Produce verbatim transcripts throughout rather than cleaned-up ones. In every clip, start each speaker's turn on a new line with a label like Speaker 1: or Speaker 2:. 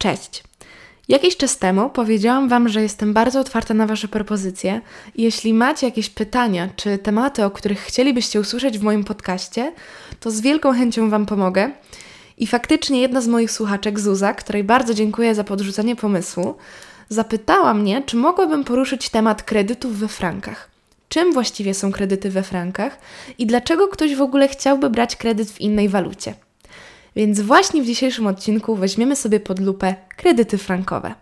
Speaker 1: Cześć! Jakiś czas temu powiedziałam Wam, że jestem bardzo otwarta na Wasze propozycje i jeśli macie jakieś pytania czy tematy, o których chcielibyście usłyszeć w moim podcaście, to z wielką chęcią Wam pomogę. I faktycznie jedna z moich słuchaczek, Zuza, której bardzo dziękuję za podrzucenie pomysłu, zapytała mnie, czy mogłabym poruszyć temat kredytów we frankach. Czym właściwie są kredyty we frankach i dlaczego ktoś w ogóle chciałby brać kredyt w innej walucie. Więc właśnie w dzisiejszym odcinku weźmiemy sobie pod lupę kredyty frankowe.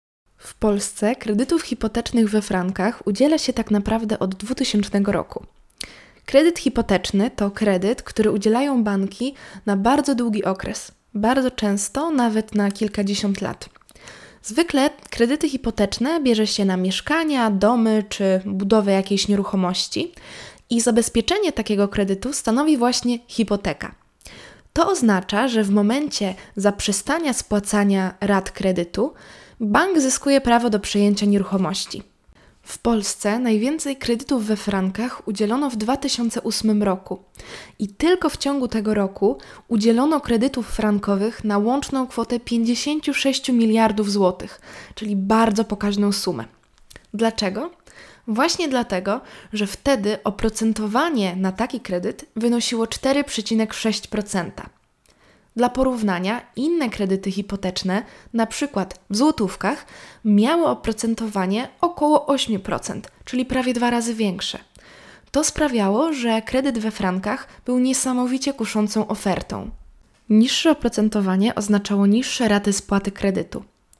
Speaker 1: W Polsce kredytów hipotecznych we frankach udziela się tak naprawdę od dwutysięcznego roku. Kredyt hipoteczny to kredyt, który udzielają banki na bardzo długi okres, bardzo często nawet na kilkadziesiąt lat. Zwykle kredyty hipoteczne bierze się na mieszkania, domy czy budowę jakiejś nieruchomości i zabezpieczenie takiego kredytu stanowi właśnie hipoteka. To oznacza, że w momencie zaprzestania spłacania rat kredytu bank zyskuje prawo do przejęcia nieruchomości. W Polsce najwięcej kredytów we frankach udzielono w dwa tysiące ósmym roku i tylko w ciągu tego roku udzielono kredytów frankowych na łączną kwotę pięćdziesiąt sześć miliardów złotych, czyli bardzo pokaźną sumę. Dlaczego? Właśnie dlatego, że wtedy oprocentowanie na taki kredyt wynosiło cztery przecinek sześć procent. Dla porównania inne kredyty hipoteczne, na przykład w złotówkach, miały oprocentowanie około osiem procent, czyli prawie dwa razy większe. To sprawiało, że kredyt we frankach był niesamowicie kuszącą ofertą. Niższe oprocentowanie oznaczało niższe raty spłaty kredytu.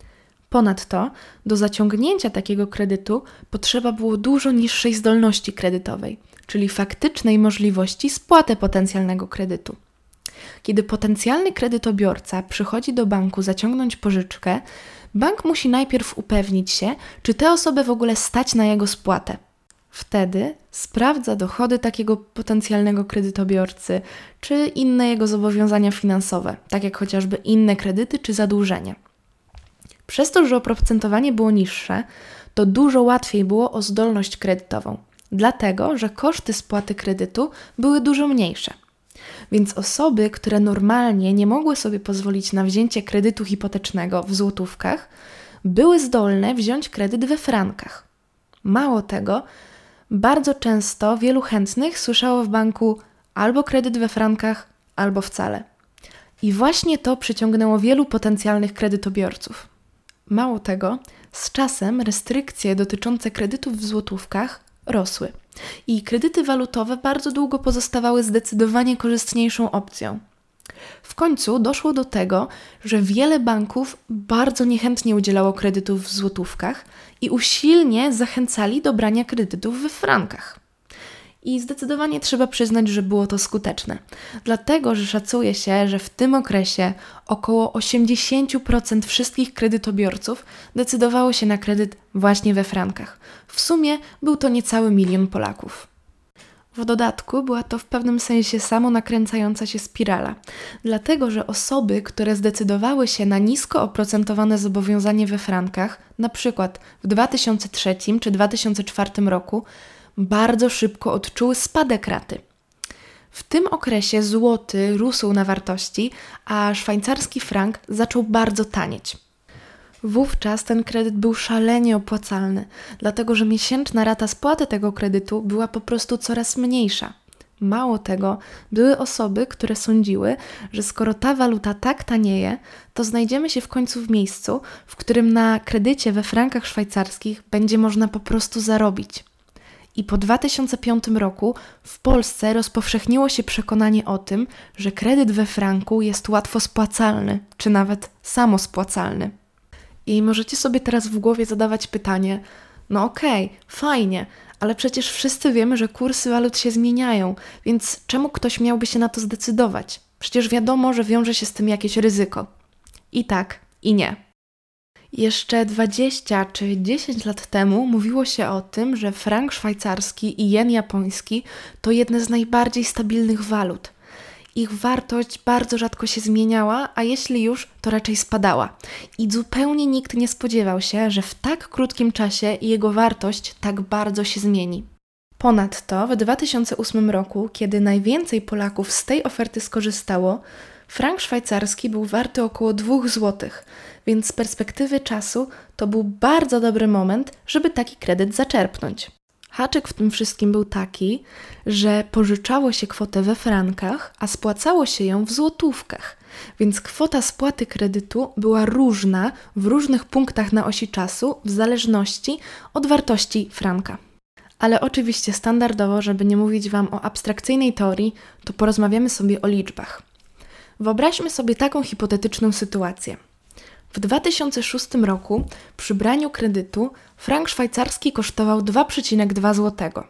Speaker 1: Ponadto do zaciągnięcia takiego kredytu potrzeba było dużo niższej zdolności kredytowej, czyli faktycznej możliwości spłaty potencjalnego kredytu. Kiedy potencjalny kredytobiorca przychodzi do banku zaciągnąć pożyczkę, bank musi najpierw upewnić się, czy tę osobę w ogóle stać na jego spłatę. Wtedy sprawdza dochody takiego potencjalnego kredytobiorcy, czy inne jego zobowiązania finansowe, tak jak chociażby inne kredyty czy zadłużenie. Przez to, że oprocentowanie było niższe, to dużo łatwiej było o zdolność kredytową, dlatego że koszty spłaty kredytu były dużo mniejsze. Więc osoby, które normalnie nie mogły sobie pozwolić na wzięcie kredytu hipotecznego w złotówkach, były zdolne wziąć kredyt we frankach. Mało tego, bardzo często wielu chętnych słyszało w banku albo kredyt we frankach, albo wcale. I właśnie to przyciągnęło wielu potencjalnych kredytobiorców. Mało tego, z czasem restrykcje dotyczące kredytów w złotówkach rosły i kredyty walutowe bardzo długo pozostawały zdecydowanie korzystniejszą opcją. W końcu doszło do tego, że wiele banków bardzo niechętnie udzielało kredytów w złotówkach i usilnie zachęcali do brania kredytów we frankach. I zdecydowanie trzeba przyznać, że było to skuteczne, dlatego że szacuje się, że w tym okresie około osiemdziesiąt procent wszystkich kredytobiorców decydowało się na kredyt właśnie we frankach. W sumie był to niecały milion Polaków. W dodatku była to w pewnym sensie samonakręcająca się spirala, dlatego że osoby, które zdecydowały się na nisko oprocentowane zobowiązanie we frankach, na przykład w dwa tysiące trzecim czy dwa tysiące czwartym roku, bardzo szybko odczuły spadek raty. W tym okresie złoty rósł na wartości, a szwajcarski frank zaczął bardzo tanieć. Wówczas ten kredyt był szalenie opłacalny, dlatego że miesięczna rata spłaty tego kredytu była po prostu coraz mniejsza. Mało tego, były osoby, które sądziły, że skoro ta waluta tak tanieje, to znajdziemy się w końcu w miejscu, w którym na kredycie we frankach szwajcarskich będzie można po prostu zarobić. I po dwa tysiące piątym roku w Polsce rozpowszechniło się przekonanie o tym, że kredyt we franku jest łatwo spłacalny, czy nawet samospłacalny. I możecie sobie teraz w głowie zadawać pytanie, no okej, okay, fajnie, ale przecież wszyscy wiemy, że kursy walut się zmieniają, więc czemu ktoś miałby się na to zdecydować? Przecież wiadomo, że wiąże się z tym jakieś ryzyko. I tak, i nie. Jeszcze dwadzieścia czy dziesięć lat temu mówiło się o tym, że frank szwajcarski i jen japoński to jedne z najbardziej stabilnych walut. Ich wartość bardzo rzadko się zmieniała, a jeśli już, to raczej spadała. I zupełnie nikt nie spodziewał się, że w tak krótkim czasie jego wartość tak bardzo się zmieni. Ponadto w dwa tysiące ósmym roku, kiedy najwięcej Polaków z tej oferty skorzystało, Frank szwajcarski był warty około dwa złote, więc z perspektywy czasu to był bardzo dobry moment, żeby taki kredyt zaczerpnąć. Haczyk w tym wszystkim był taki, że pożyczało się kwotę we frankach, a spłacało się ją w złotówkach, więc kwota spłaty kredytu była różna w różnych punktach na osi czasu w zależności od wartości franka. Ale oczywiście standardowo, żeby nie mówić Wam o abstrakcyjnej teorii, to porozmawiamy sobie o liczbach. Wyobraźmy sobie taką hipotetyczną sytuację. W dwa tysiące szóstym roku przy braniu kredytu frank szwajcarski kosztował dwa przecinek dwa złotego.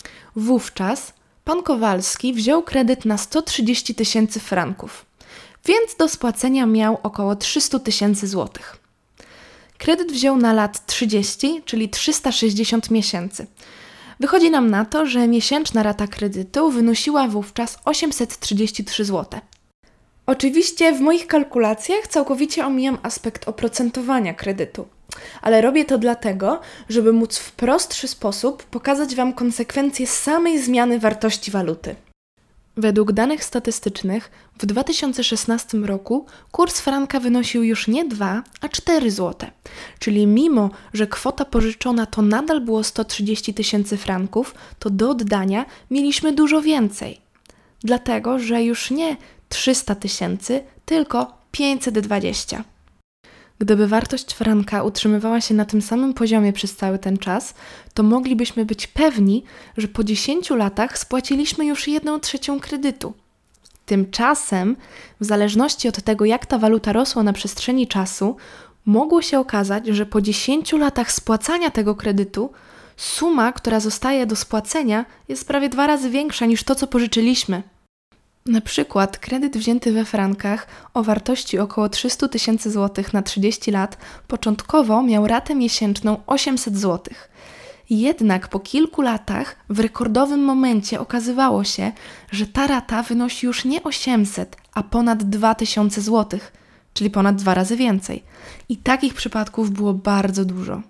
Speaker 1: Wówczas pan Kowalski wziął kredyt na sto trzydzieści tysięcy franków, więc do spłacenia miał około trzysta tysięcy złotych. Kredyt wziął na lat trzydzieści, czyli trzysta sześćdziesiąt miesięcy. Wychodzi nam na to, że miesięczna rata kredytu wynosiła wówczas osiemset trzydzieści trzy złote. Oczywiście w moich kalkulacjach całkowicie omijam aspekt oprocentowania kredytu, ale robię to dlatego, żeby móc w prostszy sposób pokazać Wam konsekwencje samej zmiany wartości waluty. Według danych statystycznych w dwa tysiące szesnastym roku kurs franka wynosił już nie dwa, a cztery złote, czyli mimo, że kwota pożyczona to nadal było sto trzydzieści tysięcy franków, to do oddania mieliśmy dużo więcej. Dlatego, że już nie trzysta tysięcy, tylko pięćset dwadzieścia. Gdyby wartość franka utrzymywała się na tym samym poziomie przez cały ten czas, to moglibyśmy być pewni, że po dziesięciu latach spłaciliśmy już jedną trzecią kredytu. Tymczasem, w zależności od tego, jak ta waluta rosła na przestrzeni czasu, mogło się okazać, że po dziesięciu latach spłacania tego kredytu suma, która zostaje do spłacenia, jest prawie dwa razy większa niż to, co pożyczyliśmy. Na przykład kredyt wzięty we frankach o wartości około trzysta tysięcy złotych na trzydzieści lat początkowo miał ratę miesięczną osiemset złotych. Jednak po kilku latach w rekordowym momencie okazywało się, że ta rata wynosi już nie osiemset, a ponad dwa tysiące złotych, czyli ponad dwa razy więcej. I takich przypadków było bardzo dużo.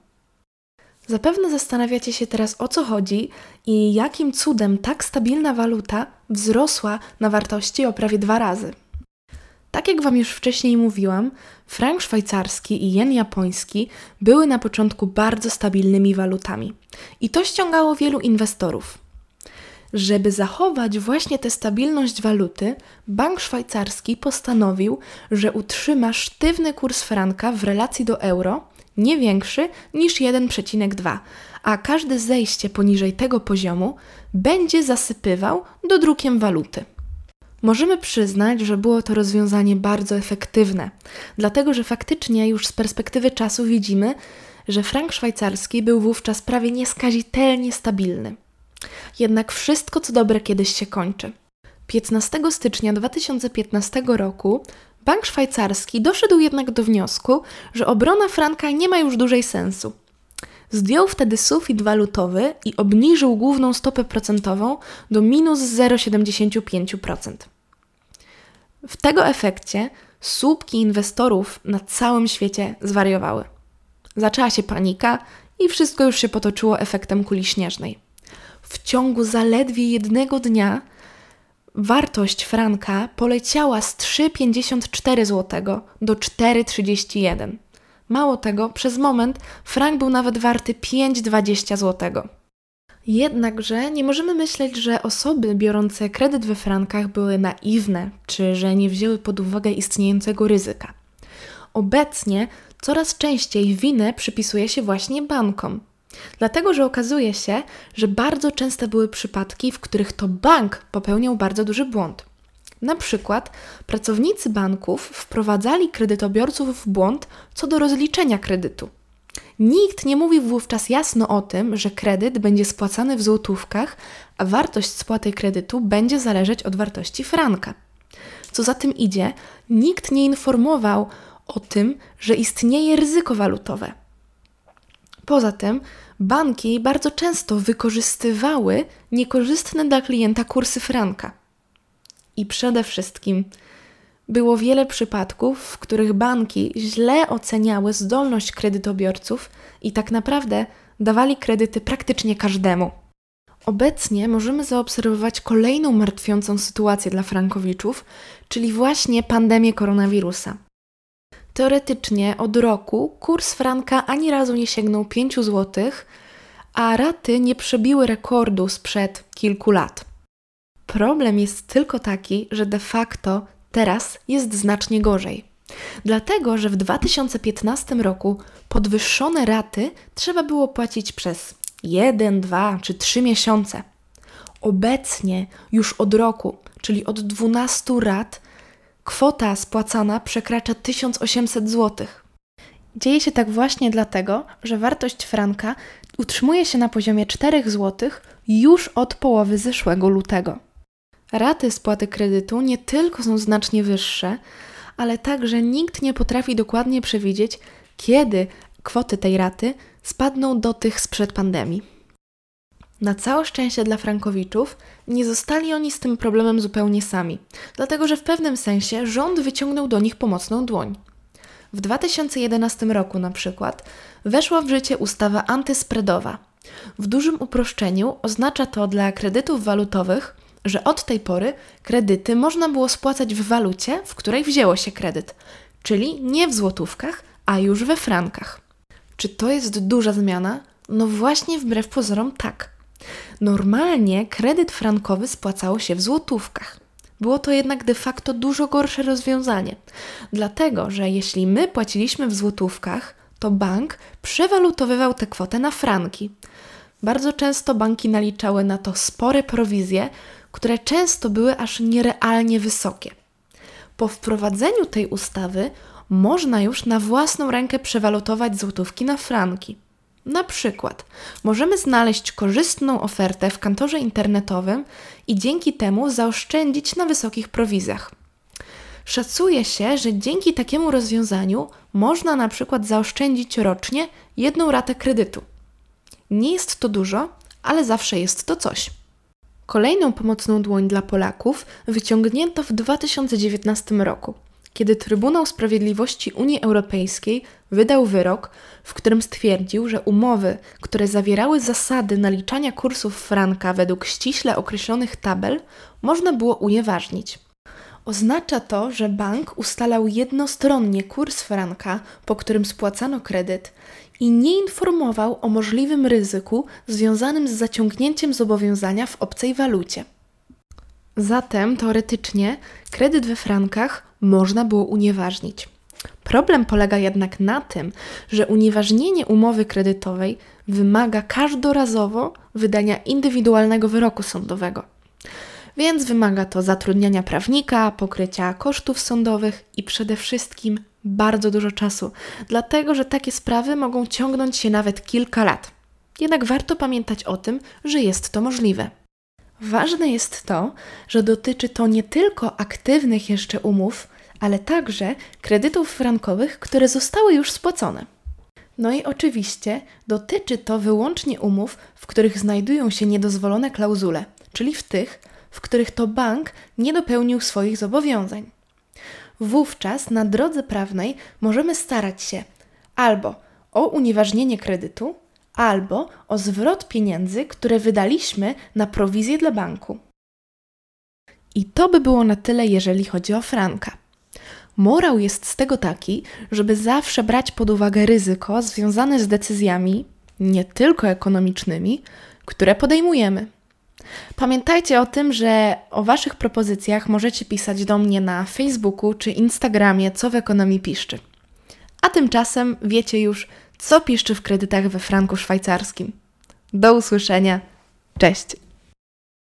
Speaker 1: Zapewne zastanawiacie się teraz, o co chodzi i jakim cudem tak stabilna waluta wzrosła na wartości o prawie dwa razy. Tak jak Wam już wcześniej mówiłam, frank szwajcarski i jen japoński były na początku bardzo stabilnymi walutami i to ściągało wielu inwestorów. Żeby zachować właśnie tę stabilność waluty, bank szwajcarski postanowił, że utrzyma sztywny kurs franka w relacji do euro nie większy niż jeden przecinek dwa, a każde zejście poniżej tego poziomu będzie zasypywał dodrukiem waluty. Możemy przyznać, że było to rozwiązanie bardzo efektywne, dlatego że faktycznie już z perspektywy czasu widzimy, że frank szwajcarski był wówczas prawie nieskazitelnie stabilny. Jednak wszystko co dobre kiedyś się kończy. piętnastego stycznia dwa tysiące piętnastego roku bank szwajcarski doszedł jednak do wniosku, że obrona franka nie ma już dłużej sensu. Zdjął wtedy sufit walutowy i obniżył główną stopę procentową do minus zero przecinek siedemdziesiąt pięć procent. W tego efekcie słupki inwestorów na całym świecie zwariowały. Zaczęła się panika i wszystko już się potoczyło efektem kuli śnieżnej. W ciągu zaledwie jednego dnia wartość franka poleciała z trzy przecinek pięćdziesiąt cztery złotego do cztery przecinek trzydzieści jeden. Mało tego, przez moment frank był nawet warty pięć przecinek dwadzieścia złotego. Jednakże nie możemy myśleć, że osoby biorące kredyt we frankach były naiwne, czy że nie wzięły pod uwagę istniejącego ryzyka. Obecnie coraz częściej winę przypisuje się właśnie bankom. Dlatego, że okazuje się, że bardzo częste były przypadki, w których to bank popełniał bardzo duży błąd. Na przykład pracownicy banków wprowadzali kredytobiorców w błąd co do rozliczenia kredytu. Nikt nie mówił wówczas jasno o tym, że kredyt będzie spłacany w złotówkach, a wartość spłaty kredytu będzie zależeć od wartości franka. Co za tym idzie, nikt nie informował o tym, że istnieje ryzyko walutowe. Poza tym banki bardzo często wykorzystywały niekorzystne dla klienta kursy franka. I przede wszystkim było wiele przypadków, w których banki źle oceniały zdolność kredytobiorców i tak naprawdę dawali kredyty praktycznie każdemu. Obecnie możemy zaobserwować kolejną martwiącą sytuację dla frankowiczów, czyli właśnie pandemię koronawirusa. Teoretycznie od roku kurs franka ani razu nie sięgnął pięć złotych, a raty nie przebiły rekordu sprzed kilku lat. Problem jest tylko taki, że de facto teraz jest znacznie gorzej. Dlatego, że w dwa tysiące piętnastym roku podwyższone raty trzeba było płacić przez jeden, dwa czy trzy miesiące. Obecnie już od roku, czyli od dwunastu rat, kwota spłacana przekracza tysiąc osiemset złotych. Dzieje się tak właśnie dlatego, że wartość franka utrzymuje się na poziomie czterech złotych już od połowy zeszłego lutego. Raty spłaty kredytu nie tylko są znacznie wyższe, ale także nikt nie potrafi dokładnie przewidzieć, kiedy kwoty tej raty spadną do tych sprzed pandemii. Na całe szczęście dla frankowiczów nie zostali oni z tym problemem zupełnie sami, dlatego że w pewnym sensie rząd wyciągnął do nich pomocną dłoń. W dwa tysiące jedenastym roku na przykład weszła w życie ustawa antyspreadowa. W dużym uproszczeniu oznacza to dla kredytów walutowych, że od tej pory kredyty można było spłacać w walucie, w której wzięło się kredyt, czyli nie w złotówkach, a już we frankach. Czy to jest duża zmiana? No właśnie wbrew pozorom tak. Normalnie kredyt frankowy spłacało się w złotówkach. Było to jednak de facto dużo gorsze rozwiązanie, dlatego że jeśli my płaciliśmy w złotówkach, to bank przewalutowywał tę kwotę na franki. Bardzo często banki naliczały na to spore prowizje, które często były aż nierealnie wysokie. Po wprowadzeniu tej ustawy można już na własną rękę przewalutować złotówki na franki. Na przykład możemy znaleźć korzystną ofertę w kantorze internetowym i dzięki temu zaoszczędzić na wysokich prowizjach. Szacuje się, że dzięki takiemu rozwiązaniu można na przykład zaoszczędzić rocznie jedną ratę kredytu. Nie jest to dużo, ale zawsze jest to coś. Kolejną pomocną dłoń dla Polaków wyciągnięto w dwa tysiące dziewiętnastym roku, kiedy Trybunał Sprawiedliwości Unii Europejskiej wydał wyrok, w którym stwierdził, że umowy, które zawierały zasady naliczania kursów franka według ściśle określonych tabel, można było unieważnić. Oznacza to, że bank ustalał jednostronnie kurs franka, po którym spłacano kredyt i nie informował o możliwym ryzyku związanym z zaciągnięciem zobowiązania w obcej walucie. Zatem teoretycznie kredyt we frankach można było unieważnić. Problem polega jednak na tym, że unieważnienie umowy kredytowej wymaga każdorazowo wydania indywidualnego wyroku sądowego. Więc wymaga to zatrudniania prawnika, pokrycia kosztów sądowych i przede wszystkim bardzo dużo czasu, dlatego że takie sprawy mogą ciągnąć się nawet kilka lat. Jednak warto pamiętać o tym, że jest to możliwe. Ważne jest to, że dotyczy to nie tylko aktywnych jeszcze umów, ale także kredytów frankowych, które zostały już spłacone. No i oczywiście dotyczy to wyłącznie umów, w których znajdują się niedozwolone klauzule, czyli w tych, w których to bank nie dopełnił swoich zobowiązań. Wówczas na drodze prawnej możemy starać się albo o unieważnienie kredytu, albo o zwrot pieniędzy, które wydaliśmy na prowizję dla banku. I to by było na tyle, jeżeli chodzi o franka. Morał jest z tego taki, żeby zawsze brać pod uwagę ryzyko związane z decyzjami, nie tylko ekonomicznymi, które podejmujemy. Pamiętajcie o tym, że o Waszych propozycjach możecie pisać do mnie na Facebooku czy Instagramie, co w ekonomii piszczy. A tymczasem wiecie już, co piszczy w kredytach we franku szwajcarskim. Do usłyszenia. Cześć!